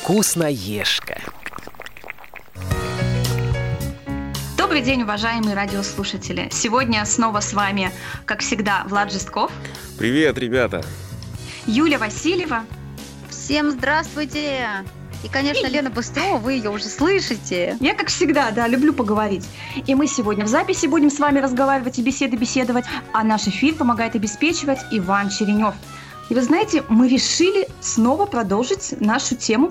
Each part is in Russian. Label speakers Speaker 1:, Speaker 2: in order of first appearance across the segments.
Speaker 1: Вкусноежка.
Speaker 2: Добрый день, уважаемые радиослушатели. Сегодня снова с вами, как всегда, Влад Жестков.
Speaker 3: Привет, ребята.
Speaker 2: Юля Васильева.
Speaker 4: Всем здравствуйте. И, конечно, Лена Быстрова, вы ее уже слышите.
Speaker 2: Я, как всегда, люблю поговорить. И мы сегодня в записи будем с вами разговаривать и беседовать, а наш эфир помогает обеспечивать Иван Черенев. И вы знаете, мы решили снова продолжить нашу тему,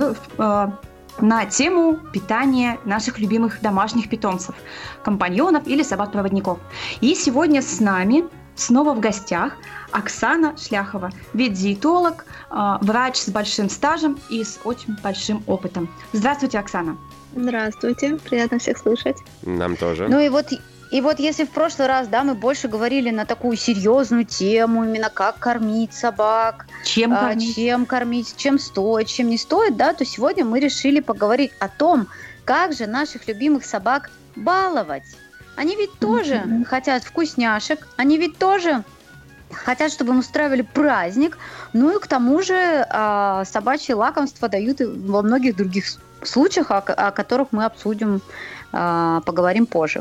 Speaker 2: на тему питания наших любимых домашних питомцев, компаньонов или собак-проводников. И сегодня с нами снова в гостях Оксана Шляхова, ветдиетолог, врач с большим стажем и с очень большим опытом. Здравствуйте, Оксана.
Speaker 5: Здравствуйте, приятно всех слышать.
Speaker 3: Нам тоже.
Speaker 4: Ну и вот если в прошлый раз, мы больше говорили на такую серьезную тему, именно как кормить собак, чем кормить, чем стоит, чем не стоит, то сегодня мы решили поговорить о том, как же наших любимых собак баловать. Они ведь тоже хотят вкусняшек, они ведь тоже хотят, чтобы им устраивали праздник, ну и к тому же собачьи лакомства дают и во многих других случаях, о которых мы обсудим, поговорим позже.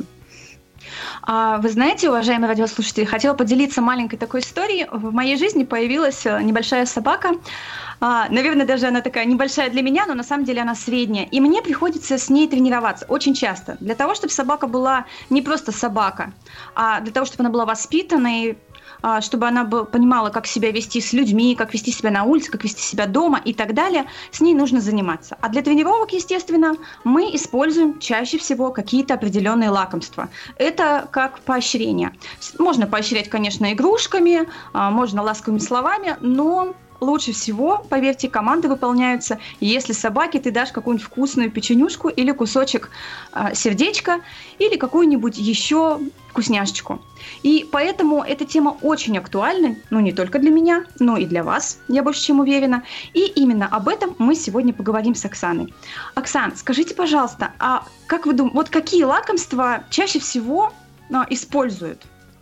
Speaker 2: Вы знаете, уважаемые радиослушатели, хотела поделиться маленькой такой историей. В моей жизни появилась небольшая собака. Наверное, даже она такая небольшая для меня, но на самом деле она средняя. И мне приходится с ней тренироваться очень часто. Для того, чтобы собака была не просто собака, а для того, чтобы она была воспитанной, чтобы она понимала, как себя вести с людьми, как вести себя на улице, как вести себя дома и так далее, с ней нужно заниматься. А для тренировок, естественно, мы используем чаще всего какие-то определенные лакомства. Это как поощрение. Можно поощрять, конечно, игрушками, можно ласковыми словами, но лучше всего, поверьте, команды выполняются, если собаке ты дашь какую-нибудь вкусную печенюшку или кусочек сердечка, или какую-нибудь еще вкусняшечку. И поэтому эта тема очень актуальна, не только для меня, но и для вас, я больше чем уверена. И именно об этом мы сегодня поговорим с Оксаной. Оксан, скажите, пожалуйста, а как вы думаете, какие лакомства чаще всего используют?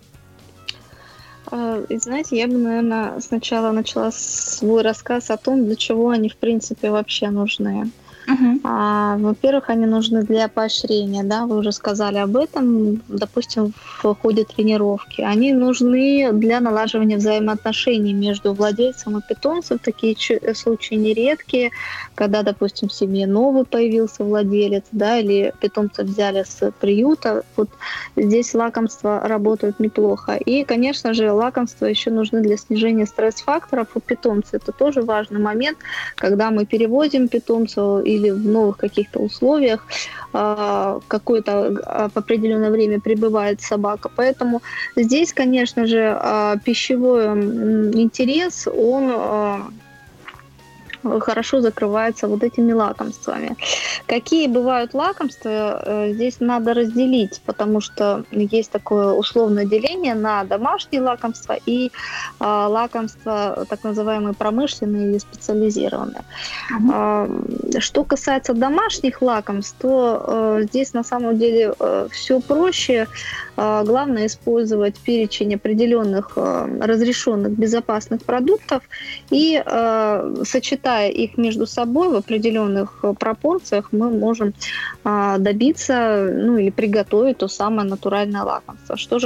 Speaker 5: И знаете, я бы, наверное, сначала начала свой рассказ о том, для чего они, в принципе, вообще нужны. Во-первых, они нужны для поощрения, вы уже сказали об этом, допустим, в ходе тренировки. Они нужны для налаживания взаимоотношений между владельцем и питомцем. Такие случаи нередкие, когда, допустим, в семье новый появился владелец, или питомца взяли с приюта. Вот здесь лакомства работают неплохо. И, конечно же, лакомства еще нужны для снижения стресс-факторов у питомца. Это тоже важный момент, когда мы переводим питомца или в новых каких-то условиях какое-то определенное время пребывает собака. Поэтому здесь, конечно же, пищевой интерес, он хорошо закрывается вот этими лакомствами. Какие бывают лакомства, здесь надо разделить, потому что есть такое условное деление на домашние лакомства и лакомства так называемые промышленные или специализированные. Что касается домашних лакомств, то здесь на самом деле все проще. Главное использовать перечень определенных разрешенных безопасных продуктов и сочетать их между собой в определенных пропорциях, мы можем добиться, или приготовить то самое натуральное лакомство. Что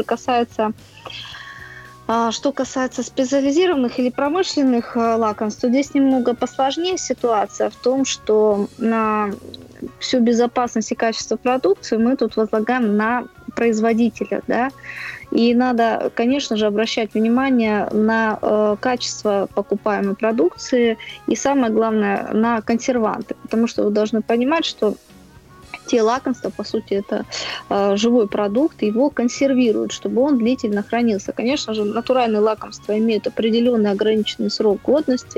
Speaker 5: касается специализированных или промышленных лакомств, то здесь немного посложнее ситуация в том, что на всю безопасность и качество продукции мы тут возлагаем на производителя, И надо, конечно же, обращать внимание на качество покупаемой продукции и, самое главное, на консерванты, потому что вы должны понимать, что те лакомства, по сути, это живой продукт, его консервируют, чтобы он длительно хранился. Конечно же, натуральные лакомства имеют определенный ограниченный срок годности,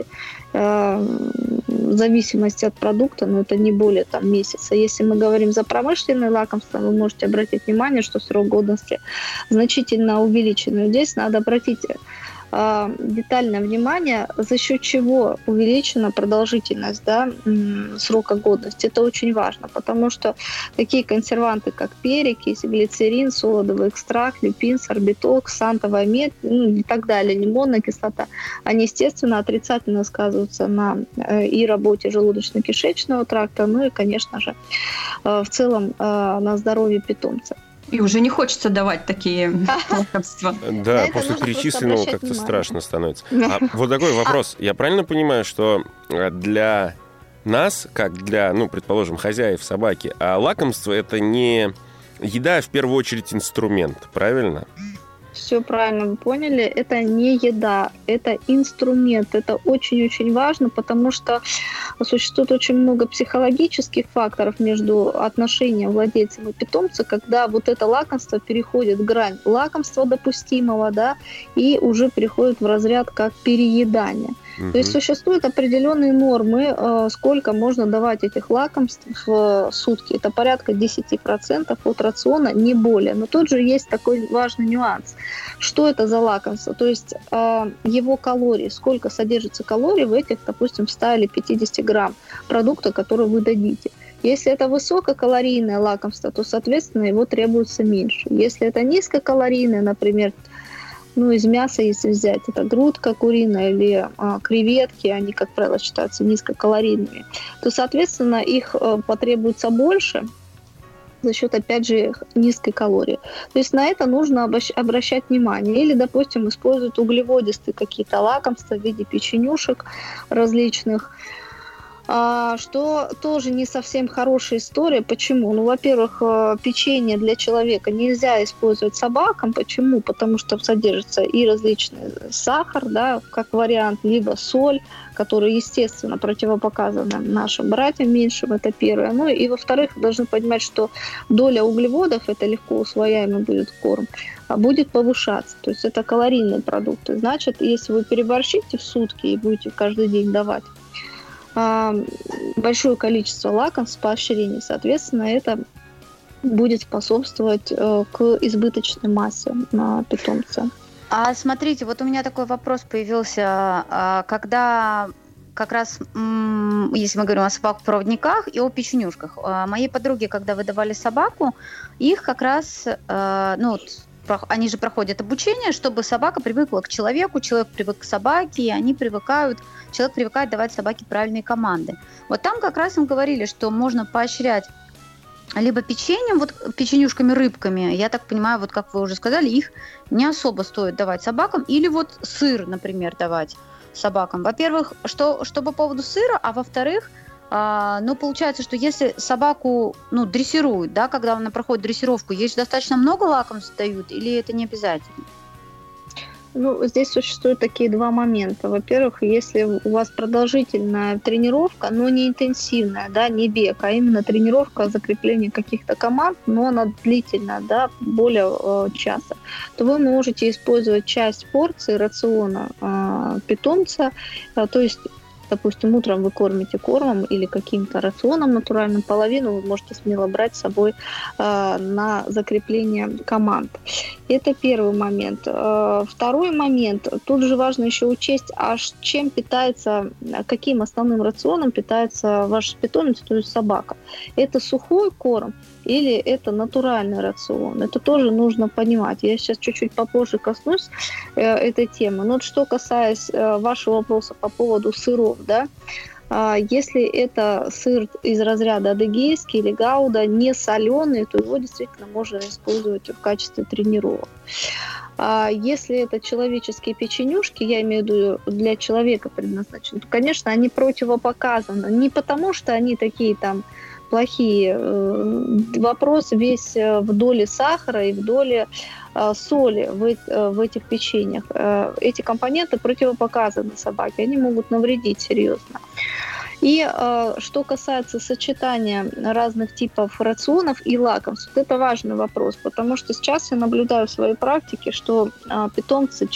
Speaker 5: в зависимости от продукта, но это не более месяца. Если мы говорим за промышленные лакомства, вы можете обратить внимание, что срок годности значительно увеличен. Здесь надо обратить детальное внимание, за счет чего увеличена продолжительность, да, срока годности. Это очень важно, потому что такие консерванты, как перекись, глицерин, солодовый экстракт, люпин, сорбитол, ксантовая медь, и так далее, лимонная кислота, они, естественно, отрицательно сказываются на и работе желудочно-кишечного тракта, ну и, конечно же, в целом на здоровье питомца.
Speaker 2: И уже не хочется давать такие лакомства.
Speaker 3: Да, после перечисленного как-то страшно становится. А вот такой вопрос. Я правильно понимаю, что для нас, как для, ну, предположим, хозяев собаки, а лакомство — это не еда, а в первую очередь инструмент, правильно?
Speaker 5: Все правильно вы поняли. Это не еда, это инструмент. Это очень-очень важно, потому что существует очень много психологических факторов между отношением владельца и питомца, когда вот это лакомство переходит грань лакомства допустимого, да, и уже переходит в разряд как переедание. То есть существуют определенные нормы, сколько можно давать этих лакомств в сутки. Это порядка 10% от рациона, не более. Но тут же есть такой важный нюанс. Что это за лакомство? То есть его калории, сколько содержится калорий в этих, допустим, 100 или 50 грамм продукта, который вы дадите. Если это высококалорийное лакомство, то, соответственно, его требуется меньше. Если это низкокалорийное, например, ну, из мяса, если взять, это грудка куриная или креветки, они, как правило, считаются низкокалорийными, то, соответственно, их потребуется больше за счет, опять же, низкой калории. То есть на это нужно обращать внимание. Или, допустим, использовать углеводистые какие-то лакомства в виде печенюшек различных, что тоже не совсем хорошая история. Почему? Ну, во-первых, печенье для человека нельзя использовать собакам. Почему? Потому что содержится и различный сахар, да, как вариант, либо соль, которая, естественно, противопоказана нашим братьям меньшим, это первое. Ну и, во-вторых, должны понимать, что доля углеводов, это легко усвояемый будет корм, будет повышаться. То есть это калорийные продукты. Значит, если вы переборщите в сутки и будете каждый день давать большое количество лакомств, поощрений, соответственно, это будет способствовать к избыточной массе питомца.
Speaker 4: А смотрите, вот у меня такой вопрос появился, когда как раз, если мы говорим о собак-проводниках и о печенюшках, моей подруге, когда выдавали собаку, их как раз, они же проходят обучение, чтобы собака привыкла к человеку, человек привык к собаке, и человек привыкает давать собаке правильные команды. Вот там как раз им говорили, что можно поощрять либо печеньем, вот печенюшками, рыбками, я так понимаю, вот как вы уже сказали, их не особо стоит давать собакам, или вот сыр, например, давать собакам. Во-первых, что по поводу сыра, а во-вторых, получается, что если собаку, дрессируют, да, когда она проходит дрессировку, ей же достаточно много лакомств дают, или это не обязательно?
Speaker 5: Здесь существуют такие два момента. Во-первых, если у вас продолжительная тренировка, но не интенсивная, да, не бег, а именно тренировка закрепления каких-то команд, но она длительная, да, более часа, то вы можете использовать часть порции рациона питомца, то есть, допустим, утром вы кормите кормом или каким-то рационом натуральным, половину вы можете смело брать с собой на закрепление команд. Это первый момент. Второй момент. Тут же важно еще учесть, чем питается, каким основным рационом питается ваш питомец, то есть собака. Это сухой корм или это натуральный рацион? Это тоже нужно понимать. Я сейчас чуть-чуть попозже коснусь этой темы. Но что касаясь вашего вопроса по поводу сыров, да, если это сыр из разряда адыгейский или гауда, не соленый, то его действительно можно использовать в качестве тренировок. Если это человеческие печенюшки, я имею в виду для человека предназначены, то, конечно, они противопоказаны. Не потому, что они такие там плохие. Вопрос весь в доле сахара и в доле соли в этих печеньях. Эти компоненты противопоказаны собаке, они могут навредить серьезно. И что касается сочетания разных типов рационов и лакомств, это важный вопрос, потому что сейчас я наблюдаю в своей практике, что питомцы,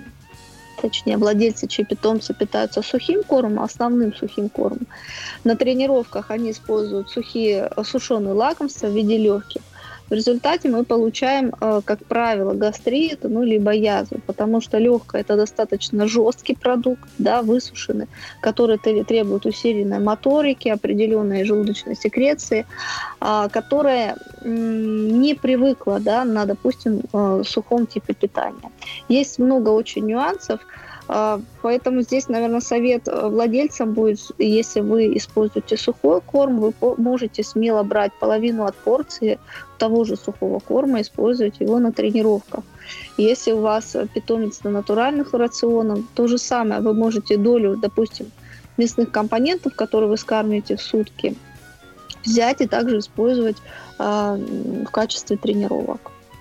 Speaker 5: владельцы, чьи питомцы питаются сухим кормом, основным сухим кормом, на тренировках они используют сушеные лакомства в виде легких. результате мы получаем, как правило, гастрит, либо язву, потому что легкое – это достаточно жесткий продукт, да, высушенный, который требует усиленной моторики, определенной желудочной секреции, которая не привыкла, да, на, допустим, сухом типе питания. Есть много очень нюансов, поэтому здесь, наверное, совет владельцам будет, если вы используете сухой корм, вы можете смело брать половину от порции того же сухого корма, использовать его на тренировках. Если у вас питомец на натуральных рационах, то же самое, вы можете долю, допустим, мясных компонентов, которые вы скармливаете в сутки, взять и также использовать в качестве тренировок.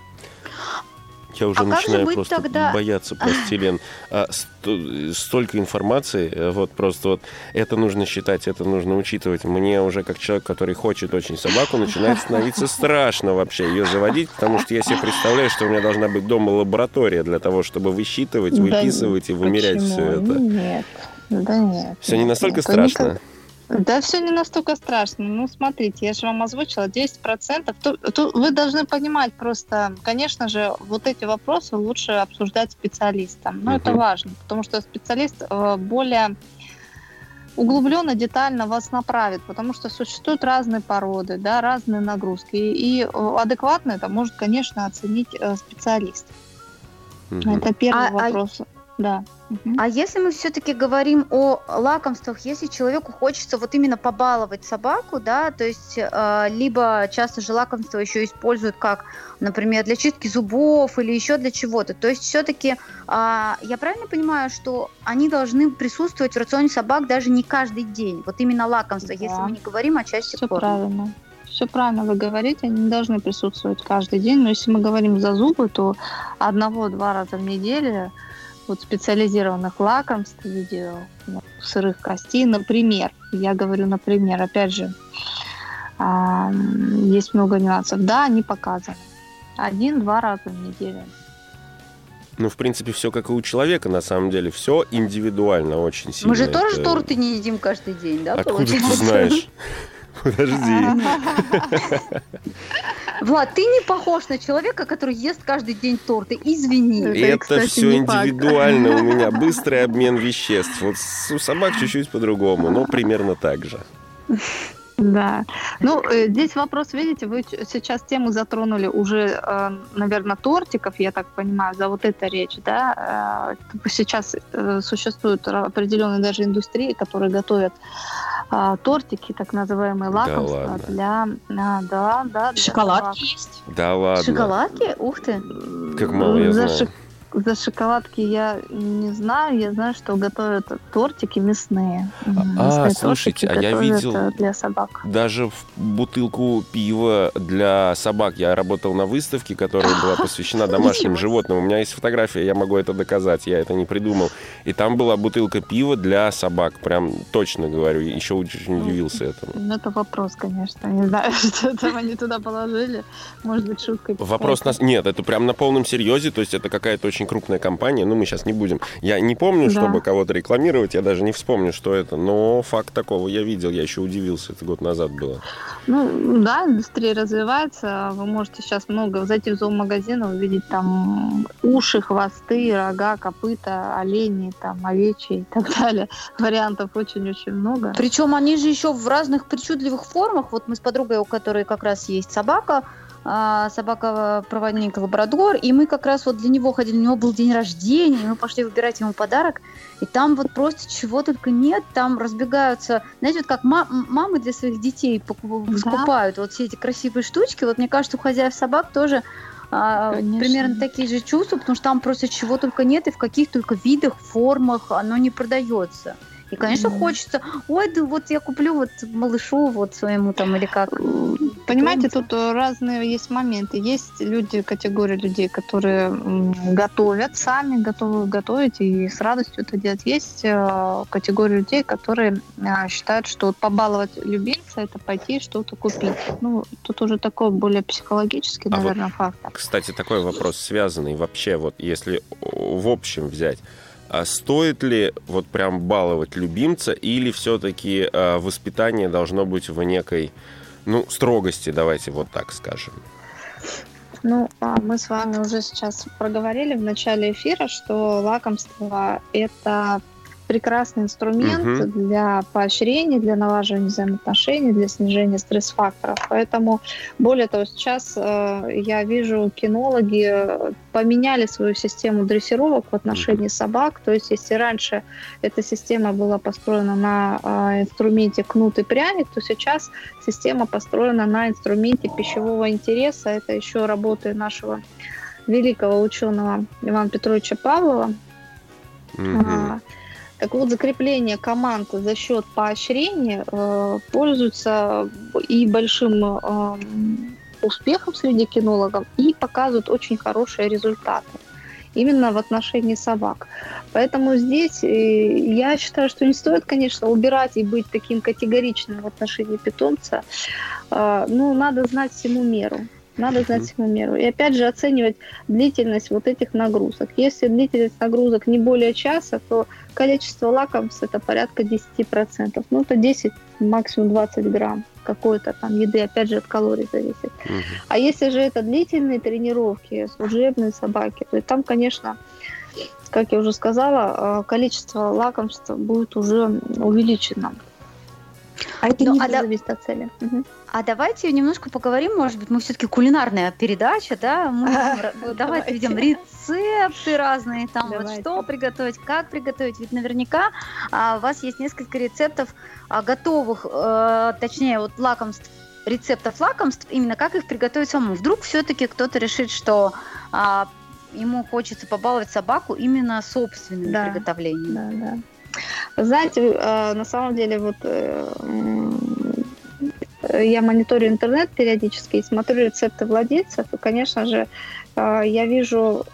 Speaker 3: Я уже начинаю просто бояться пластилин. Столько информации, вот просто вот это нужно считать, это нужно учитывать. Мне уже как человек, который хочет очень собаку, начинает становиться страшно вообще ее заводить, потому что я себе представляю, что у меня должна быть дома лаборатория для того, чтобы высчитывать, выписывать и вымерять все это.
Speaker 5: Нет, да нет.
Speaker 3: Все не настолько страшно?
Speaker 5: Да, все не настолько страшно. Ну, смотрите, я же вам озвучила 10%. Тут вы должны понимать просто, конечно же, вот эти вопросы лучше обсуждать с специалистом. Но это важно, потому что специалист более углубленно, детально вас направит, потому что существуют разные породы, да, разные нагрузки. И адекватно это может, конечно, оценить специалист. Это первый вопрос. Да.
Speaker 4: А если мы все-таки говорим о лакомствах, если человеку хочется вот именно побаловать собаку, да, то есть либо часто же лакомства еще используют как, например, для чистки зубов или еще для чего-то, то есть все-таки я правильно понимаю, что они должны присутствовать в рационе собак даже не каждый день, вот именно лакомства, да. Если мы не говорим о части корма.
Speaker 5: Правильно. Все правильно вы говорите, они не должны присутствовать каждый день, но если мы говорим за зубы, то 1-2 раза в неделю вот специализированных лакомств в виде сырых костей, например, я говорю, например, опять же, есть много нюансов, да, они показаны 1-2 раза в неделю.
Speaker 3: Ну, в принципе, все как и у человека, на самом деле, все индивидуально очень сильно.
Speaker 4: Мы же тоже торты не едим каждый день, да?
Speaker 3: Откуда ты знаешь? Подожди.
Speaker 4: Влад, ты не похож на человека, который ест каждый день торты. Извини.
Speaker 3: Это все индивидуально у меня. Быстрый обмен веществ. Вот у собак чуть-чуть по-другому, но примерно так же.
Speaker 5: Да. Ну, здесь вопрос, видите, вы сейчас тему затронули уже, наверное, тортиков, я так понимаю, за вот это речь, да? Сейчас существуют определенные даже индустрии, которые готовят тортики, так называемые лакомства для... Да,
Speaker 2: шоколадки есть?
Speaker 3: Да ладно.
Speaker 4: Шоколадки? Ух ты.
Speaker 3: Как мало я знаю.
Speaker 5: За шоколадки я не знаю. Я знаю, что готовят тортики мясные.
Speaker 3: Слушайте, я видел
Speaker 5: для собак.
Speaker 3: даже в бутылку пива для собак. Я работал на выставке, которая была посвящена домашним животным. У меня есть фотография, я могу это доказать. Я это не придумал. И там была бутылка пива для собак. Прям точно говорю. Еще очень удивился этому.
Speaker 5: Ну, это вопрос, конечно. Не знаю, что там они туда положили. Может быть, шуткой.
Speaker 3: Вопрос Нет, это прям на полном серьезе. То есть это какая-то очень крупная компания, но мы сейчас не будем. Я не помню, чтобы кого-то рекламировать, я даже не вспомню, что это, но факт такого я видел, я еще удивился, это год назад было.
Speaker 5: Ну, да, индустрия развивается, вы можете сейчас зайти в зоомагазин, увидеть там уши, хвосты, рога, копыта, олени, там, овечьи и так далее. Вариантов очень-очень много.
Speaker 4: Причем они же еще в разных причудливых формах. Вот мы с подругой, у которой как раз есть собака собака-проводник лабрадор, и мы как раз вот для него ходили, у него был день рождения, и мы пошли выбирать ему подарок, и там вот просто чего только нет, там разбегаются, знаете, вот как мамы для своих детей скупают вот все эти красивые штучки, вот мне кажется, у хозяев собак тоже примерно такие же чувства, потому что там просто чего только нет, и в каких только видах, формах оно не продается. И, конечно, хочется, ой, да вот я куплю вот малышу вот своему там или как.
Speaker 5: Понимаете, тут разные есть моменты. Есть люди, категория людей, которые готовят сами, готовы готовить и с радостью это делать. Есть категория людей, которые считают, что вот побаловать любимца – это пойти что-то купить. Ну, тут уже такой более психологический, наверное, фактор.
Speaker 3: Кстати, такой вопрос связанный вообще, вот если в общем взять. А стоит ли вот прям баловать любимца, или все-таки воспитание должно быть в некой, строгости, давайте вот так скажем?
Speaker 5: Ну, мы с вами уже сейчас проговорили в начале эфира, что лакомство – это прекрасный инструмент для поощрения, для налаживания взаимоотношений, для снижения стресс-факторов. Поэтому, более того, сейчас я вижу, кинологи поменяли свою систему дрессировок в отношении собак. То есть, если раньше эта система была построена на инструменте кнут и пряник, то сейчас система построена на инструменте пищевого интереса. Это еще работы нашего великого ученого Ивана Петровича Павлова. Так вот, закрепление команд за счет поощрения пользуется и большим успехом среди кинологов, и показывают очень хорошие результаты именно в отношении собак. Поэтому здесь я считаю, что не стоит, конечно, убирать и быть таким категоричным в отношении питомца. Но надо знать всему меру. Надо знать всему меру. И опять же оценивать длительность вот этих нагрузок. Если длительность нагрузок не более часа, то количество лакомств это порядка 10%. Ну, это 10, максимум 20 грамм какой-то там еды, опять же, от калорий зависит. А если же это длительные тренировки, служебные собаки, то там, конечно, как я уже сказала, количество лакомств будет уже увеличено. А это не зависит от цели.
Speaker 4: А давайте немножко поговорим, может быть, мы все-таки кулинарная передача, да? Давайте видим рецепты разные, там вот что приготовить, как приготовить. Ведь наверняка у вас есть несколько рецептов готовых, точнее, вот лакомств, рецептов лакомств, именно как их приготовить самому. Вдруг все-таки кто-то решит, что ему хочется побаловать собаку именно собственным приготовлением.
Speaker 5: Да. Знаете, на самом деле, вот я мониторю интернет периодически и смотрю рецепты владельцев, и, конечно же, я вижу,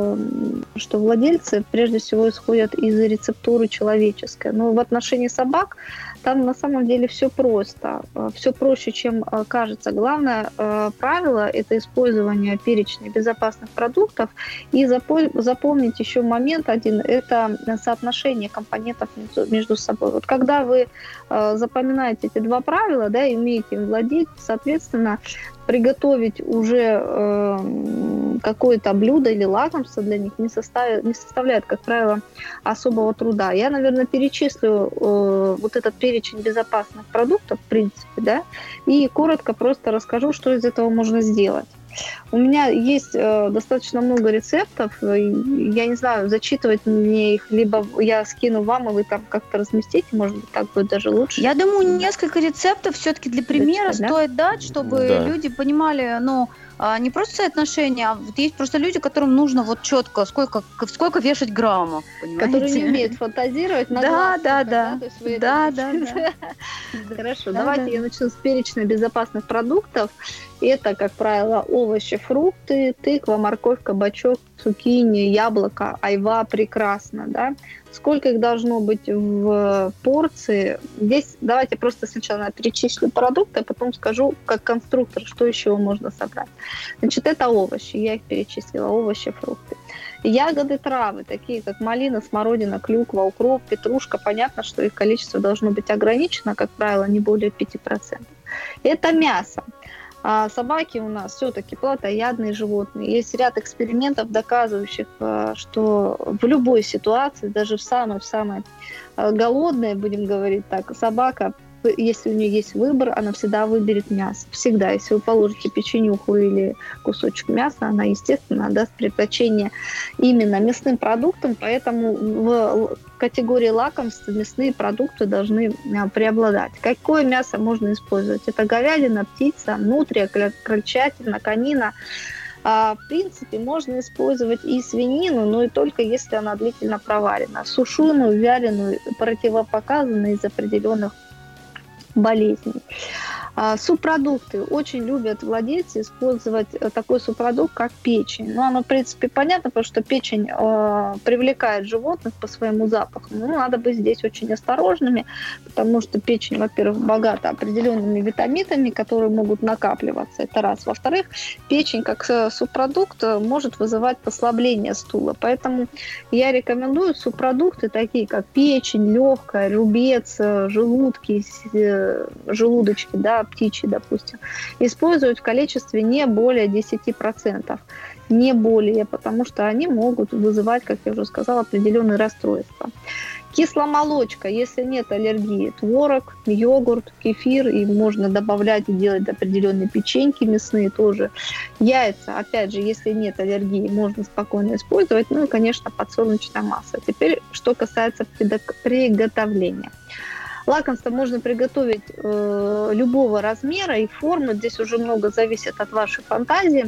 Speaker 5: что владельцы прежде всего исходят из рецептуры человеческой. Но в отношении собак там на самом деле все просто, все проще, чем кажется. Главное правило – это использование перечня безопасных продуктов. И запомнить еще момент один – это соотношение компонентов между собой. Вот когда вы запоминаете эти два правила, да, и умеете им владеть, соответственно, приготовить уже какое-то блюдо или лакомство для них не составляет, как правило, особого труда. Я, наверное, перечислю вот этот перечень безопасных продуктов, в принципе, да, и коротко просто расскажу, что из этого можно сделать. У меня есть достаточно много рецептов, я не знаю, зачитывать мне их, либо я скину вам, и вы там как-то разместите, может быть, так будет даже лучше.
Speaker 4: Я думаю, несколько рецептов все-таки для примера стоит дать, чтобы люди понимали, не просто соотношение, а вот есть просто люди, которым нужно вот четко, сколько вешать граммов, понимаете?
Speaker 5: Которые не умеют фантазировать на глаз. Да. Хорошо, давайте я начну с перечня безопасных продуктов. Это, как правило, овощи, фрукты, тыква, морковь, кабачок, цукини, яблоко, айва, прекрасно, да. Сколько их должно быть в порции? Здесь давайте просто сначала перечислю продукты, а потом скажу, как конструктор, что еще можно собрать. Значит, это овощи, я их перечислила, овощи, фрукты. Ягоды, травы, такие как малина, смородина, клюква, укроп, петрушка. Понятно, что их количество должно быть ограничено, как правило, не более 5%. Это мясо. А собаки у нас все-таки плотоядные животные. Есть ряд экспериментов, доказывающих, что в любой ситуации, даже в самой голодной, будем говорить так, собака, если у нее есть выбор, она всегда выберет мясо. Всегда. Если вы положите печенюху или кусочек мяса, она, естественно, даст предпочтение именно мясным продуктам, поэтому в категории лакомств мясные продукты должны преобладать. Какое мясо можно использовать? Это говядина, птица, нутрия, крольчатина, конина. В принципе, можно использовать и свинину, но и только если она длительно проварена. Сушеную, вяленую противопоказано из определенных болезней. Субпродукты. Очень любят владельцы использовать такой субпродукт, как печень. Ну, оно, в принципе, понятно, потому что печень привлекает животных по своему запаху. Но надо быть здесь очень осторожными, потому что печень, во-первых, богата определенными витаминами, которые могут накапливаться. Это раз. Во-вторых, печень, как субпродукт, может вызывать послабление стула. Поэтому я рекомендую субпродукты, такие как печень, легкая, рубец, желудки, желудочки, да, птичий, допустим, использовать в количестве не более 10%. Не более, потому что они могут вызывать, как я уже сказала, определенные расстройства. Кисломолочка, если нет аллергии, творог, йогурт, кефир, и можно добавлять и делать определенные печеньки мясные тоже. Яйца, опять же, если нет аллергии, можно спокойно использовать. Ну и, конечно, подсолнечное масло. Теперь, что касается приготовления. Лакомство можно приготовить любого размера и формы. Здесь уже много зависит от вашей фантазии.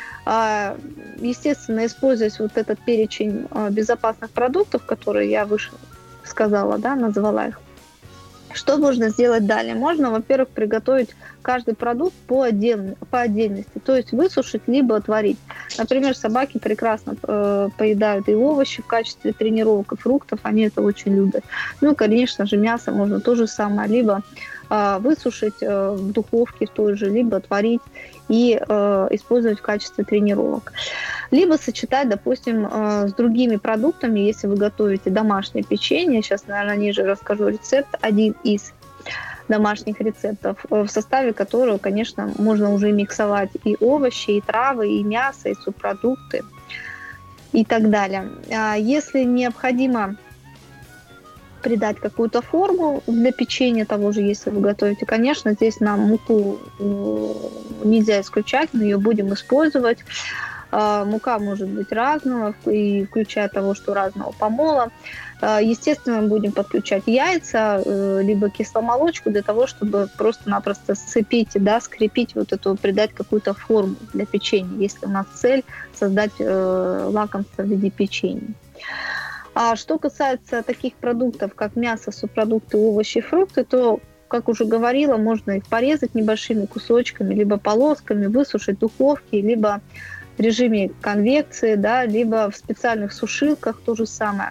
Speaker 5: Естественно, используя вот этот перечень безопасных продуктов, которые я выше сказала, да, назвала их. Что можно сделать далее? Можно, во-первых, приготовить каждый продукт по отдельности, то есть высушить либо отварить. Например, собаки прекрасно поедают и овощи в качестве тренировок, и фруктов, они это очень любят. Ну и, конечно же, мясо можно то же самое, либо высушить в духовке в той же, либо отварить и использовать в качестве тренировок. Либо сочетать, допустим, с другими продуктами, если вы готовите домашнее печенье. Сейчас, наверное, ниже расскажу рецепт, один из домашних рецептов, в составе которого, конечно, можно уже миксовать и овощи, и травы, и мясо, и субпродукты и так далее. Если необходимо придать какую-то форму для печенья того же, если вы готовите, конечно, здесь нам муку нельзя исключать, мы ее будем использовать. Мука может быть разного, и включая того, что разного помола. Естественно, мы будем подключать яйца, либо кисломолочку для того, чтобы просто-напросто сцепить, да, скрепить вот эту, придать какую-то форму для печенья, если у нас цель создать лакомство в виде печенья. А что касается таких продуктов, как мясо, субпродукты, овощи, фрукты, то, как уже говорила, можно их порезать небольшими кусочками, либо полосками, высушить в духовке, либо в режиме конвекции, да, либо в специальных сушилках то же самое.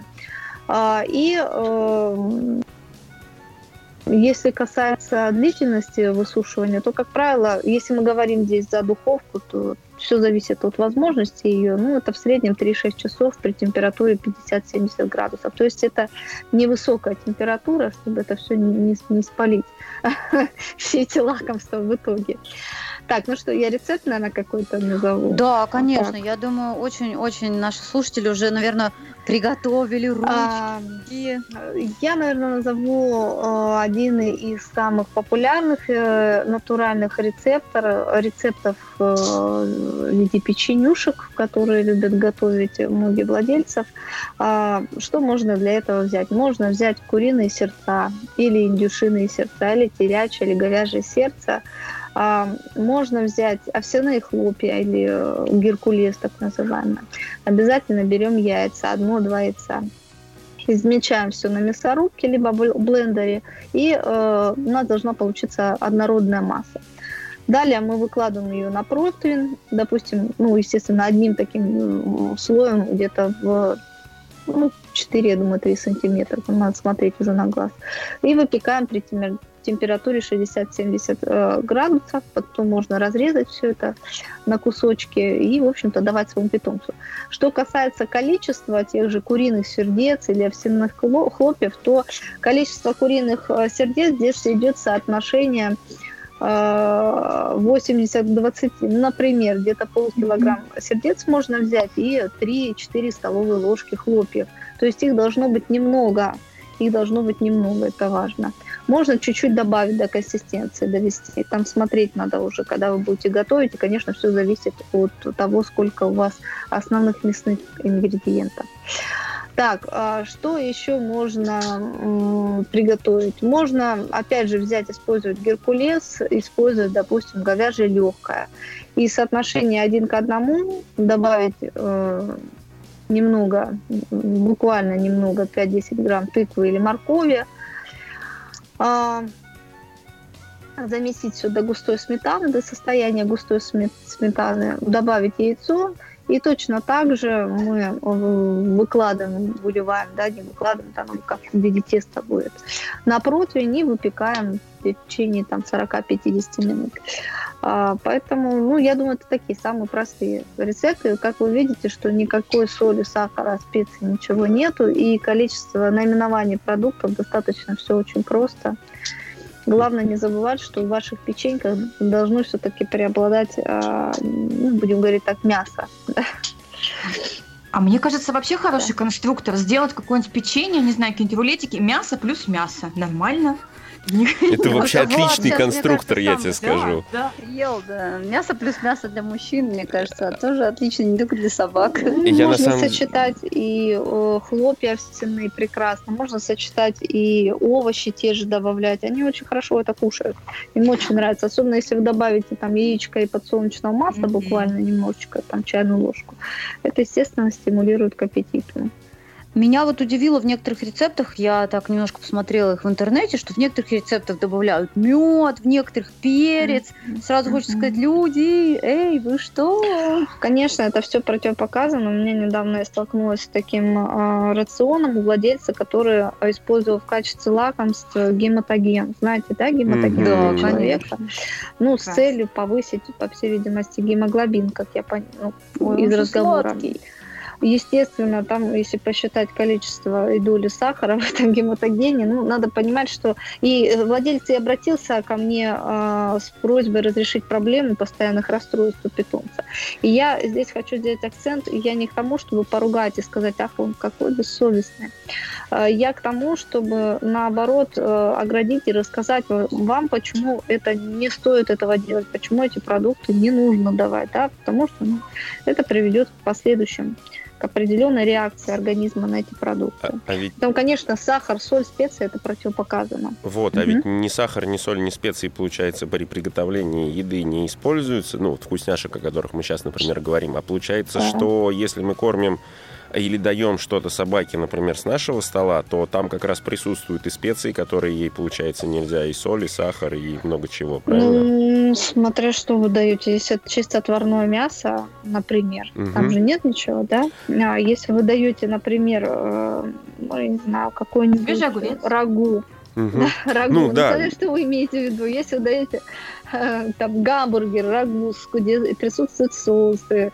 Speaker 5: И если касается длительности высушивания, то, как правило, если мы говорим здесь за духовку, то все зависит от возможности ее. Ну, это в среднем 3-6 часов при температуре 50-70 градусов. То есть это невысокая температура, чтобы это все не спалить, все эти лакомства в итоге. Так, ну что, я рецепт, наверное, какой-то назову?
Speaker 4: Да, конечно. Вот, я думаю, очень-очень наши слушатели уже, наверное, приготовили ручки.
Speaker 5: Я, наверное, назову один из самых популярных натуральных рецептов в виде печенюшек, которые любят готовить многие владельцев. Что можно для этого взять? Можно взять куриные сердца, или индюшиные сердца, или телячье, или говяжье сердце. Можно взять овсяные хлопья или геркулес, так называемый. Обязательно берем яйца, 1-2 яйца. Измельчаем все на мясорубке, либо в блендере, и у нас должна получиться однородная масса. Далее мы выкладываем ее на противень, допустим, ну, естественно, одним таким слоем где-то в 4, я думаю, 3 сантиметра, надо смотреть уже на глаз. И выпекаем при температуре 60-70 градусов, потом можно разрезать все это на кусочки и, в общем-то, давать своему питомцу. Что касается количества тех же куриных сердец или овсяных хлопьев, то количество куриных сердец здесь идет соотношение 80 к 20. Например, где-то полкилограмма сердец можно взять и 3-4 столовые ложки хлопьев. То есть их должно быть немного, это важно. Можно чуть-чуть добавить до консистенции, довести. Там смотреть надо уже, когда вы будете готовить. И, конечно, все зависит от того, сколько у вас основных мясных ингредиентов. Так, что еще можно приготовить? Можно, опять же, использовать геркулес, использовать, допустим, говяжье легкое. И соотношение 1 к 1 добавить немного, буквально немного, 5-10 грамм тыквы или моркови. Замесить все до густой сметаны, до состояния густой сметаны, добавить яйцо. И точно так же мы выливаем, да, не выкладываем, там как в виде теста будет, на противень и выпекаем в течение 40-50 минут. Поэтому, я думаю, это такие самые простые рецепты. Как вы видите, что никакой соли, сахара, специй, ничего нету, и количество наименований продуктов достаточно все очень просто. Главное не забывать, что в ваших печеньках должно все-таки преобладать, будем говорить так, мясо.
Speaker 2: А мне кажется, вообще хороший конструктор сделать какое-нибудь печенье, не знаю, какие-нибудь рулетики, мясо плюс мясо. Нормально.
Speaker 3: Это вообще отличный конструктор, я тебе скажу.
Speaker 4: Ел, да. Мясо плюс мясо для мужчин, мне кажется, тоже отлично, не только для собак.
Speaker 5: Можно сочетать и хлопья овсяные прекрасно, можно сочетать и овощи те же добавлять. Они очень хорошо это кушают. Им очень нравится. Особенно если вы добавите там яичко и подсолнечного масла, буквально немножечко, там чайную ложку. Это, естественно, стимулирует к аппетиту.
Speaker 4: Меня вот удивило в некоторых рецептах, я так немножко посмотрела их в интернете, что в некоторых рецептах добавляют мед, в некоторых перец. Сразу хочется сказать, люди, эй, вы что?
Speaker 5: Конечно, это все противопоказано. У меня недавно я столкнулась с таким рационом у владельца, который использовал в качестве лакомства гематоген. Знаете, да, гематоген человека? Ну, с целью повысить, по всей видимости, гемоглобин, как я поняла, из разговора. Сладкий. Естественно, там, если посчитать количество и доли сахара в этом гематогене, надо понимать, что и владелец и обратился ко мне с просьбой разрешить проблему постоянных расстройств у питомца. И я здесь хочу сделать акцент, я не к тому, чтобы поругать и сказать, ах, он какой бессовестный. Я к тому, чтобы, наоборот, оградить и рассказать вам, почему это не стоит этого делать, почему эти продукты не нужно давать, да, потому что это приведет к последующим, к определенной реакции организма на эти продукты. Потом, конечно, сахар, соль, специи – это противопоказано.
Speaker 3: Вот, а ведь ни сахар, ни соль, ни специи, получается, при приготовлении еды не используются, вкусняшек, о которых мы сейчас, например, говорим, а получается, что если мы кормим или даем что-то собаке, например, с нашего стола, то там как раз присутствуют и специи, которые ей, получается, нельзя, и соль, и сахар, и много чего, правильно?
Speaker 5: Смотря что вы даете. Если это чисто отварное мясо, например, там же нет ничего, да? А если вы даете, например, я не знаю, какой-нибудь рагу, рагу. Да. Что вы имеете в виду? Если вы даете там гамбургер, рагу, где присутствуют соусы,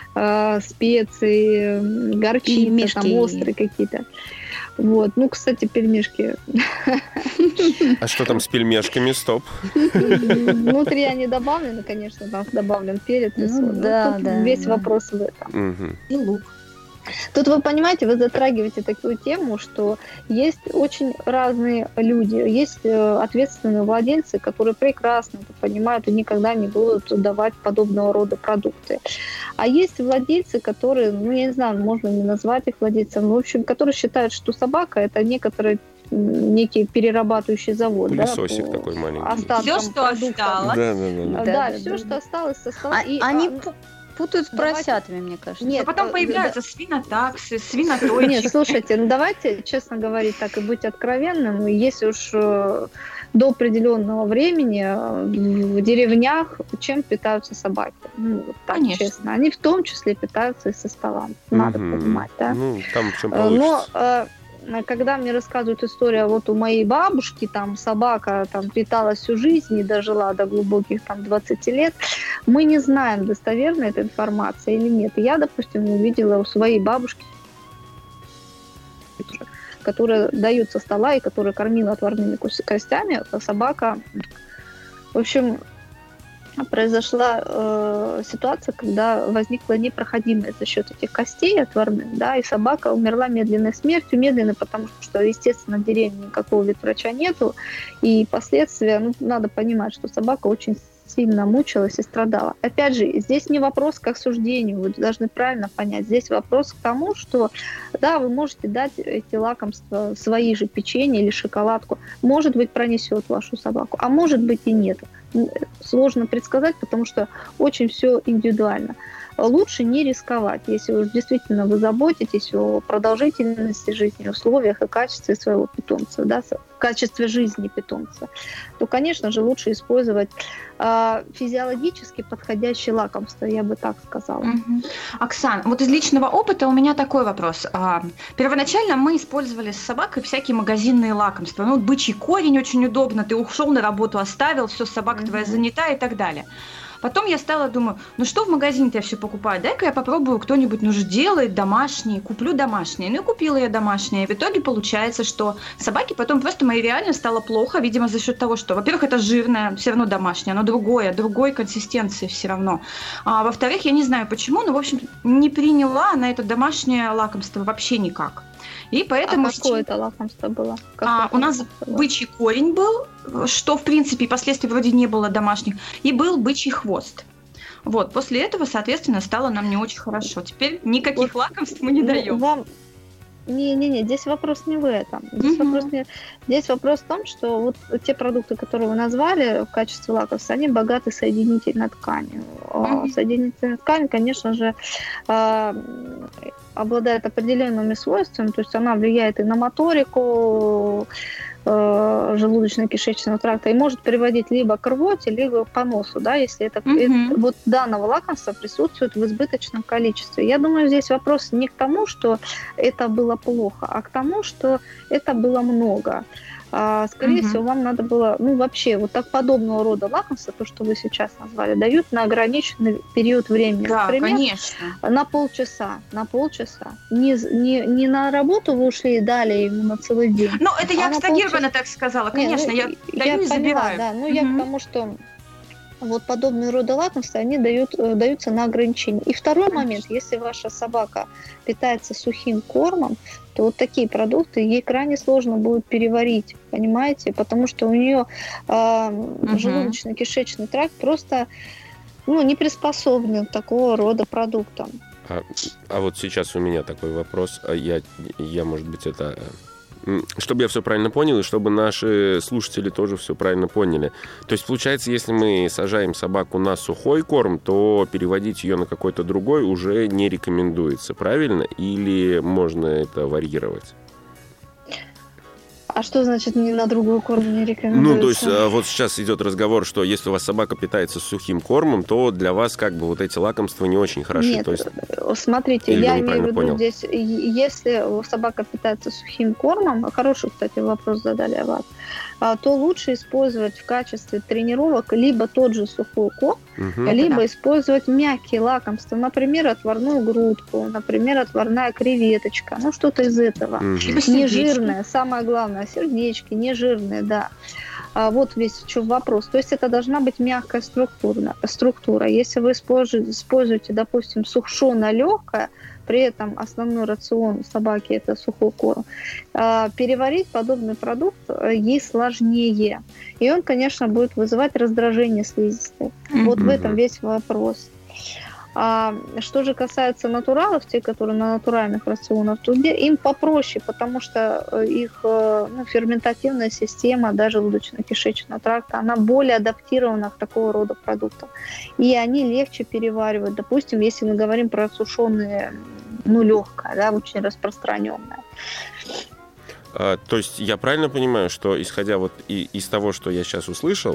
Speaker 5: специи, горчица, там острые какие-то. Вот. Кстати, пельмешки.
Speaker 3: А что там с пельмешками? Стоп.
Speaker 5: Внутри они добавлены, конечно, там добавлен перец и соль. Да, весь вопрос в этом.
Speaker 2: И лук.
Speaker 5: Тут вы понимаете, вы затрагиваете такую тему, что есть очень разные люди. Есть ответственные владельцы, которые прекрасно это понимают и никогда не будут давать подобного рода продукты. А есть владельцы, которые, я не знаю, можно не назвать их владельцами, в общем, которые считают, что собака – это некий перерабатывающий завод.
Speaker 3: Пылесосик такой маленький.
Speaker 2: Все, что осталось.
Speaker 5: Да, все, что осталось.
Speaker 4: Они путают с поросятами, мне кажется.
Speaker 2: Нет, а потом появляются свинотаксы, свинотойчики.
Speaker 5: Нет, слушайте, давайте, честно говорить, так и быть откровенным. Если уж до определенного времени в деревнях чем питаются собаки? Так, конечно. Честно. Они в том числе питаются и со стола. Надо понимать, да?
Speaker 3: Там в чем получится.
Speaker 5: Но когда мне рассказывают историю, вот у моей бабушки там собака там питалась всю жизнь и дожила до глубоких там 20 лет, мы не знаем, достоверна эта информация или нет. И я, допустим, увидела у своей бабушки, которая дает со стола и которая кормила отварными костями, собака, в общем, произошла ситуация, когда возникла непроходимость за счет этих костей отварных, да, и собака умерла медленной смертью, медленно, потому что, естественно, в деревне никакого ветврача нету, и последствия, надо понимать, что собака очень сильно мучилась и страдала. Опять же, здесь не вопрос к осуждению, вы должны правильно понять, здесь вопрос к тому, что, да, вы можете дать эти лакомства, свои же печенье или шоколадку, может быть, пронесет вашу собаку, а может быть и нет. Сложно предсказать, потому что очень все индивидуально. Лучше не рисковать, если уж действительно вы заботитесь о продолжительности жизни, условиях и качестве своего питомца, да, в качестве жизни питомца, то, конечно же, лучше использовать физиологически подходящие лакомства, я бы так сказала.
Speaker 2: Оксан, вот из личного опыта у меня такой вопрос. Первоначально мы использовали с собакой всякие магазинные лакомства. Бычий корень очень удобно, ты ушел на работу, оставил, все, собака твоя занята и так далее. Потом я стала думаю, ну что в магазине-то я все покупаю, дай-ка я попробую, кто-нибудь же делает домашние, куплю домашние. Ну и купила я домашние. И в итоге получается, что собаке потом просто моей реально стало плохо, видимо, за счет того, что, во-первых, это жирное, все равно домашнее, оно другой консистенции все равно. А во-вторых, я не знаю почему, но, в общем, не приняла на это домашнее лакомство вообще никак. И поэтому...
Speaker 5: какое это лакомство было?
Speaker 2: У нас бычий корень был, что, в принципе, и последствий вроде не было домашних, и был бычий хвост. Вот, после этого, соответственно, стало нам не очень хорошо. Теперь никаких лакомств мы не даем.
Speaker 5: Не, здесь вопрос не в этом. Здесь вопрос в том, что вот те продукты, которые вы назвали в качестве лакомств, они богаты соединительной тканью. Соединительная ткань, конечно же, обладает определенными свойствами, то есть она влияет и на моторику желудочно-кишечного тракта и может приводить либо к рвоте, либо к поносу, да, если это вот данного лакомства присутствует в избыточном количестве. Я думаю, здесь вопрос не к тому, что это было плохо, а к тому, что это было много. Скорее всего, вам надо было, вообще, вот так подобного рода лакомства, то, что вы сейчас назвали, дают на ограниченный период времени.
Speaker 2: Да,
Speaker 5: например,
Speaker 2: конечно.
Speaker 5: На полчаса. Не на работу вы ушли и дали ему на целый день.
Speaker 2: Ну, это я абстрагированно так сказала, конечно, я даю и забираю.
Speaker 5: Да, я к тому, что вот подобные рода лакомства, они даются на ограничение. И второй момент, если ваша собака питается сухим кормом, то вот такие продукты ей крайне сложно будет переварить, понимаете? Потому что у нее желудочно-кишечный тракт просто не приспособлен к такого рода продуктам.
Speaker 3: А вот сейчас у меня такой вопрос. Я может быть, это... Чтобы я все правильно понял, и чтобы наши слушатели тоже все правильно поняли. То есть, получается, если мы сажаем собаку на сухой корм, то переводить ее на какой-то другой уже не рекомендуется, правильно? Или можно это варьировать?
Speaker 5: А что значит не на другую корм не рекомендуется?
Speaker 3: То есть вот сейчас идет разговор, что если у вас собака питается сухим кормом, то для вас как бы вот эти лакомства не очень хороши.
Speaker 5: Нет,
Speaker 3: то есть...
Speaker 5: смотрите, я имею в виду здесь, если собака питается сухим кормом, хороший, кстати, вопрос задали о вас, то лучше использовать в качестве тренировок либо тот же сухой корм, либо использовать мягкие лакомства, например, отварную грудку, например, отварная креветочка, что-то из этого. Не жирное, самое главное, сердечки, не жирные, да. Вот весь в чем вопрос. То есть это должна быть мягкая структура. Если вы используете, допустим, сушено-легкое, при этом основной рацион собаки – это сухой корм, переварить подобный продукт ей сложнее. И он, конечно, будет вызывать раздражение слизистой. Вот в этом весь вопрос. Что же касается натуралов, те, которые на натуральных рационах, то им попроще, потому что их ферментативная система, даже желудочно-кишечного тракта, она более адаптирована к такого рода продуктам. И они легче переваривают. Допустим, если мы говорим про сушеные, легкое, да, очень распространенное.
Speaker 3: То есть я правильно понимаю, что исходя вот из того, что я сейчас услышал,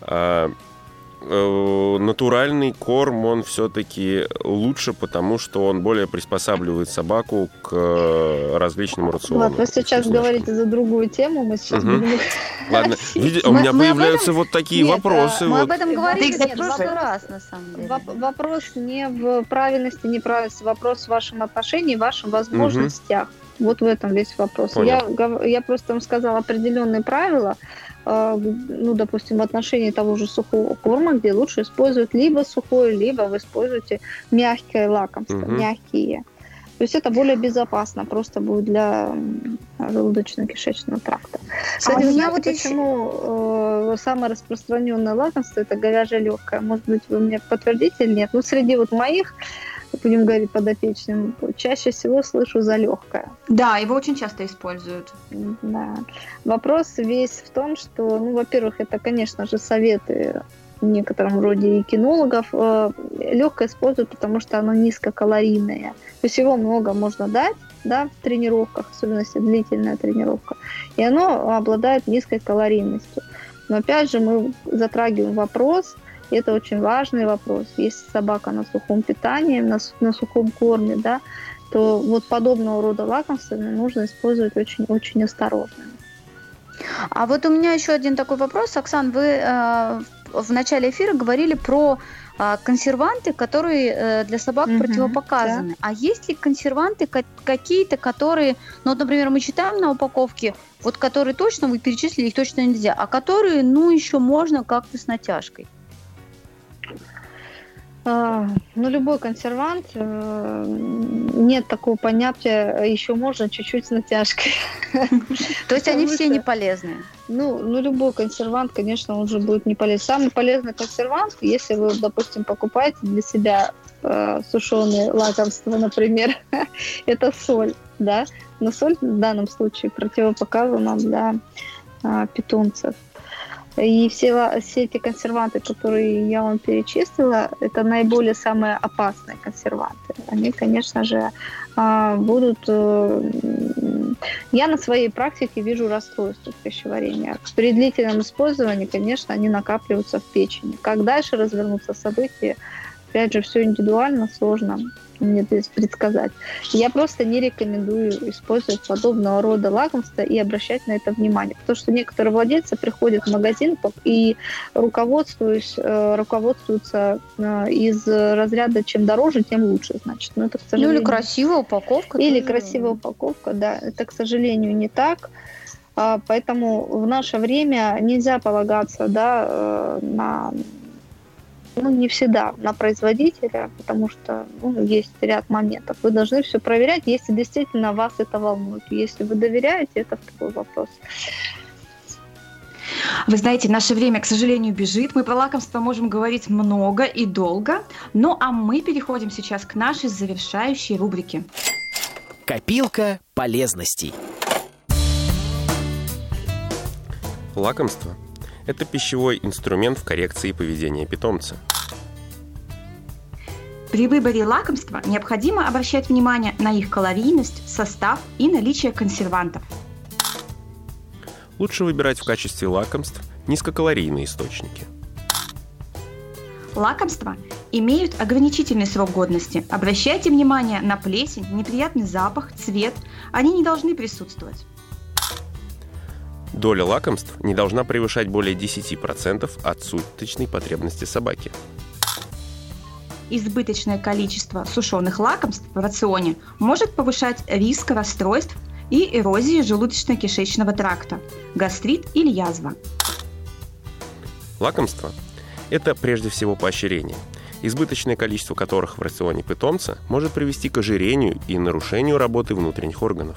Speaker 3: натуральный корм, он все-таки лучше, потому что он более приспосабливает собаку к различным рационам.
Speaker 5: Вот, вы сейчас говорите за другую тему, мы сейчас будем...
Speaker 3: Ладно, у меня появляются вот такие вопросы.
Speaker 4: Мы об этом говорили много раз, на самом деле.
Speaker 5: Вопрос не в правильности, неправильности, вопрос в вашем отношении, в ваших возможностях. Вот в этом весь вопрос. Я просто вам сказала определенные правила, допустим, в отношении того же сухого корма, где лучше использовать либо сухое, либо вы используете мягкое лакомство, мягкие. То есть это более безопасно просто будет для желудочно-кишечного тракта. Кстати, почему самое распространенное лакомство – это говяжье легкое? Может быть, вы мне подтвердите или нет? Среди моих, будем говорить, подопечным, чаще всего слышу за легкое.
Speaker 2: Да, его очень часто используют.
Speaker 5: Да. Вопрос весь в том, что, во-первых, это, конечно же, советы в некотором роде и кинологов. Легкое используют, потому что оно низкокалорийное. То есть его много можно дать, да, в тренировках, особенно если длительная тренировка. И оно обладает низкой калорийностью. Но опять же мы затрагиваем вопрос, и это очень важный вопрос. Если собака на сухом питании, на сухом корме, да, то вот подобного рода лакомствами нужно использовать очень-очень осторожно.
Speaker 4: А вот у меня еще один такой вопрос. Оксан, вы в начале эфира говорили про консерванты, которые для собак противопоказаны. Да. А есть ли консерванты какие-то, которые, ну, вот, например, мы читаем на упаковке, вот которые точно вы перечислили, их точно нельзя, а которые, ну, еще можно как-то с натяжкой?
Speaker 5: Ну, любой консервант, нет такого понятия, еще можно чуть-чуть с натяжкой.
Speaker 4: То есть они все не полезные?
Speaker 5: Ну, любой консервант, конечно, он же будет не полезен. Самый полезный консервант, если вы, допустим, покупаете для себя сушеные лакомства, например, это соль, да? Но соль в данном случае противопоказана для питомцев. И все эти консерванты, которые я вам перечислила, это наиболее самые опасные консерванты. Они, конечно же, будут... Я на своей практике вижу расстройство пищеварения. При длительном использовании, конечно, они накапливаются в печени. Как дальше развернутся события, опять же, все индивидуально, сложно мне здесь предсказать. Я просто не рекомендую использовать подобного рода лакомства и обращать на это внимание. Потому что некоторые владельцы приходят в магазин и руководствуются из разряда «чем дороже, тем лучше». Значит. Но это, к сожалению...
Speaker 4: Ну или красивая упаковка.
Speaker 5: Или красивая упаковка, да. Это, к сожалению, не так. Поэтому в наше время нельзя полагаться, да, на... Ну, не всегда на производителя, потому что есть ряд моментов. Вы должны все проверять, если действительно вас это волнует. Если вы доверяете, это второй вопрос.
Speaker 2: Вы знаете, наше время, к сожалению, бежит. Мы про лакомство можем говорить много и долго. Ну, а мы переходим сейчас к нашей завершающей рубрике.
Speaker 1: Копилка полезностей.
Speaker 3: Лакомство – это пищевой инструмент в коррекции поведения питомца.
Speaker 2: При выборе лакомства необходимо обращать внимание на их калорийность, состав и наличие консервантов.
Speaker 3: Лучше выбирать в качестве лакомств низкокалорийные источники.
Speaker 2: Лакомства имеют ограничительный срок годности. Обращайте внимание на плесень, неприятный запах, цвет. Они не должны присутствовать.
Speaker 3: Доля лакомств не должна превышать более 10% от суточной потребности собаки.
Speaker 2: Избыточное количество сушеных лакомств в рационе может повышать риск расстройств и эрозии желудочно-кишечного тракта, гастрит или язва.
Speaker 3: Лакомства – это прежде всего поощрение, избыточное количество которых в рационе питомца может привести к ожирению и нарушению работы внутренних органов.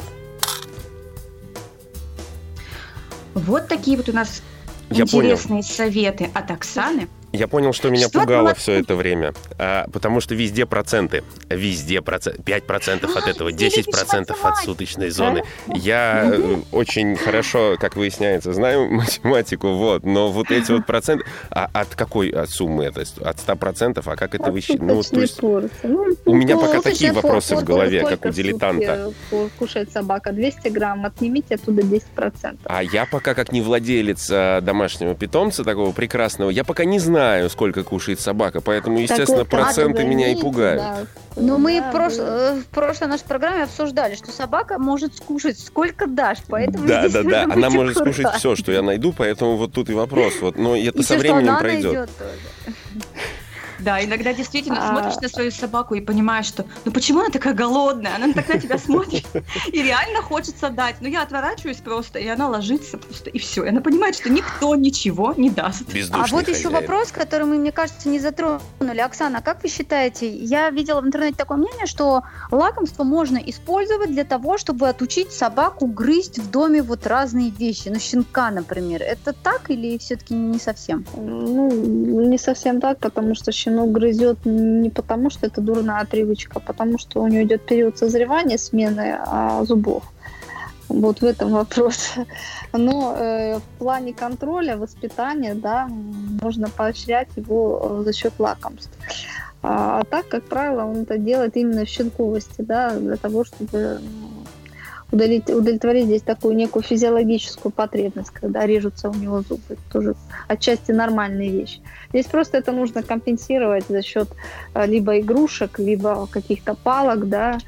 Speaker 2: Вот такие вот у нас интересные советы от Оксаны.
Speaker 3: Я понял, что меня пугало все это время, потому что везде проценты. Везде 5% от этого, 10% от суточной зоны. Я очень хорошо, как выясняется, знаю математику, вот, но вот эти вот проценты... от какой суммы это? От 100%? А как это высчитывать? Ну, то есть, у меня пока такие вопросы в голове, как у дилетанта.
Speaker 5: Кушает собака 200 грамм, отнимите оттуда 10%.
Speaker 3: А я пока, как не владелец домашнего питомца, такого прекрасного, я пока не знаю, сколько кушает собака, поэтому, естественно, проценты меня и пугают.
Speaker 4: Да. Но мы в прошлой нашей программе обсуждали, что собака может скушать сколько дашь, поэтому...
Speaker 3: Да, она может скушать все, что я найду, поэтому вот тут и вопрос. Вот, но это со временем пройдет.
Speaker 2: Да, иногда действительно смотришь на свою собаку и понимаешь, что ну почему она такая голодная, она так на тебя смотрит, и реально хочется дать. Но я отворачиваюсь просто, и она ложится просто, и все. И она понимает, что никто ничего не даст.
Speaker 4: А вот еще вопрос, который мы, мне кажется, не затронули. Оксана, как вы считаете, я видела в интернете такое мнение, что лакомство можно использовать для того, чтобы отучить собаку грызть в доме вот разные вещи, ну щенка, например. Это так или все-таки не совсем?
Speaker 5: Ну, не совсем так, потому что щенок грызет не потому, что это дурная привычка, а потому что у него идет период созревания, смены зубов. Вот в этом вопрос. Но в плане контроля, воспитания, да, можно поощрять его за счет лакомств. А так, как правило, он это делает именно в щенковости, да, для того, чтобы удовлетворить здесь такую некую физиологическую потребность, когда режутся у него зубы. Это тоже отчасти нормальная вещь. Здесь просто это нужно компенсировать за счет либо игрушек, либо каких-то палок, да,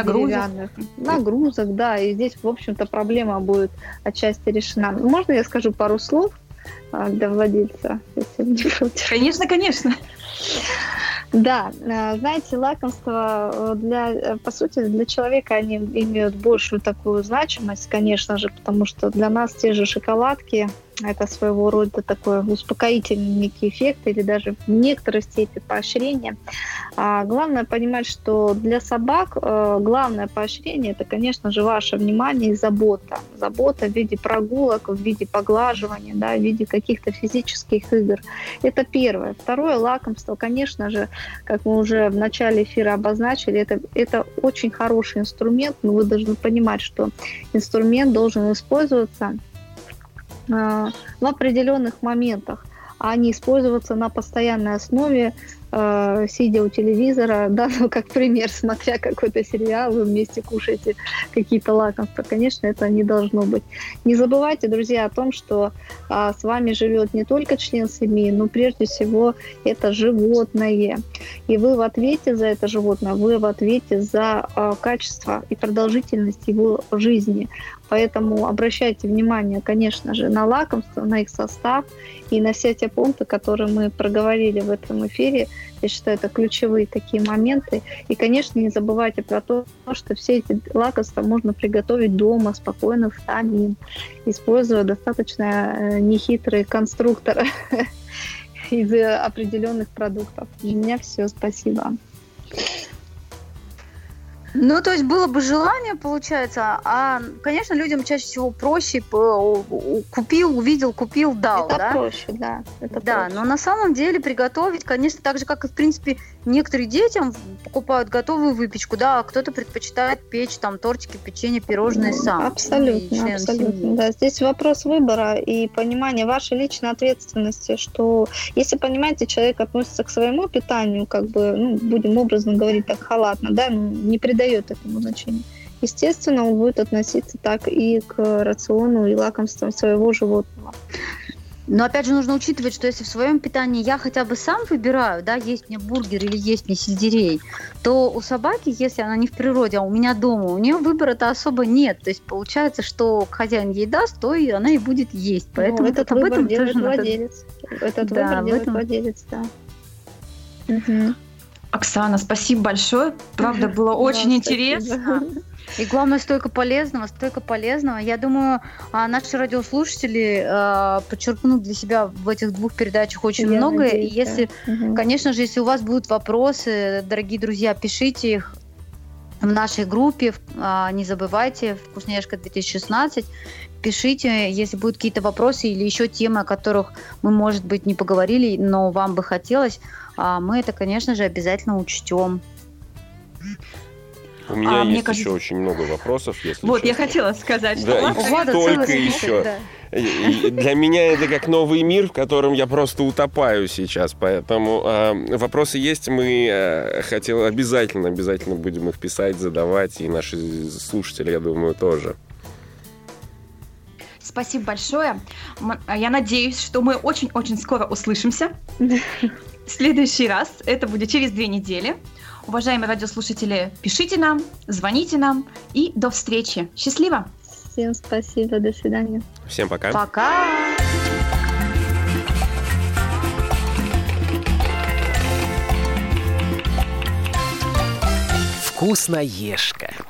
Speaker 5: нагрузок, да. И здесь, в общем-то, проблема будет отчасти решена. Можно я скажу пару слов для владельца, если не против?
Speaker 2: Конечно.
Speaker 5: Да, знаете, лакомства, по сути, для человека они имеют большую такую значимость, конечно же, потому что для нас те же шоколадки – это своего рода такой успокоительный некий эффект или даже в некоторой степени поощрение. А главное понимать, что для собак главное поощрение – это, конечно же, ваше внимание и забота. Забота в виде прогулок, в виде поглаживания, да, в виде каких-то физических игр. Это первое. Второе лакомство, конечно же, как мы уже в начале эфира обозначили, это очень хороший инструмент, но вы должны понимать, что инструмент должен использоваться в определенных моментах, а не использоваться на постоянной основе, сидя у телевизора, да, ну, как пример, смотря какой-то сериал, вы вместе кушаете какие-то лакомства. Конечно, это не должно быть. Не забывайте, друзья, о том, что с вами живет не только член семьи, но прежде всего это животное. И вы в ответе за это животное, вы в ответе за качество и продолжительность его жизни. Поэтому обращайте внимание, конечно же, на лакомства, на их состав и на все те пункты, которые мы проговорили в этом эфире. Я считаю, это ключевые такие моменты. И, конечно, не забывайте про то, что все эти лакомства можно приготовить дома спокойно самим, используя достаточно нехитрые конструкторы из определенных продуктов. У меня все, спасибо.
Speaker 4: Ну, то есть было бы желание, получается, а, конечно, людям чаще всего проще купил, увидел, купил, дал,
Speaker 5: это
Speaker 4: да?
Speaker 5: Проще, да. Это
Speaker 4: да,
Speaker 5: проще.
Speaker 4: Но на самом деле приготовить, конечно, так же, как и, в принципе, некоторые детям покупают готовую выпечку, да, а кто-то предпочитает печь там тортики, печенье, пирожные сам.
Speaker 5: Абсолютно, абсолютно, да. Здесь вопрос выбора и понимания вашей личной ответственности, что если, понимаете, человек относится к своему питанию, как бы, ну, будем образно говорить так, халатно, да, не придает этому значения. Естественно, он будет относиться так и к рациону и лакомствам своего животного.
Speaker 4: Но опять же нужно учитывать, что если в своем питании я хотя бы сам выбираю, да, есть мне бургер или есть мне сельдерей, то у собаки, если она не в природе, а у меня дома, у нее выбора-то особо нет. То есть получается, что хозяин ей даст, то и она и будет есть. Поэтому
Speaker 5: этот выбор делает владелец. Этот выбор делает владелец, да.
Speaker 2: Угу. Оксана, спасибо большое. Правда, было очень интересно.
Speaker 4: И главное, столько полезного. Я думаю, наши радиослушатели подчеркнут для себя в этих двух передачах очень многое. Надеюсь, и если, конечно же, если у вас будут вопросы, дорогие друзья, пишите их в нашей группе. Не забывайте, «Вкусняшка 2016». Пишите, если будут какие-то вопросы или еще темы, о которых мы, может быть, не поговорили, но вам бы хотелось, мы это, конечно же, обязательно учтем.
Speaker 3: У меня есть еще очень много вопросов, если
Speaker 2: вот,
Speaker 3: честно.
Speaker 2: я хотела сказать, что
Speaker 3: да, столько еще. Да. И для меня это как новый мир, в котором я просто утопаю сейчас. Поэтому вопросы есть, мы обязательно будем их писать, задавать, и наши слушатели, я думаю, тоже.
Speaker 2: Спасибо большое. Я надеюсь, что мы очень-очень скоро услышимся. В следующий раз, это будет через 2 недели. Уважаемые радиослушатели, пишите нам, звоните нам и до встречи. Счастливо!
Speaker 5: Всем спасибо, до свидания.
Speaker 3: Всем пока.
Speaker 4: Пока!
Speaker 1: Вкусноежка.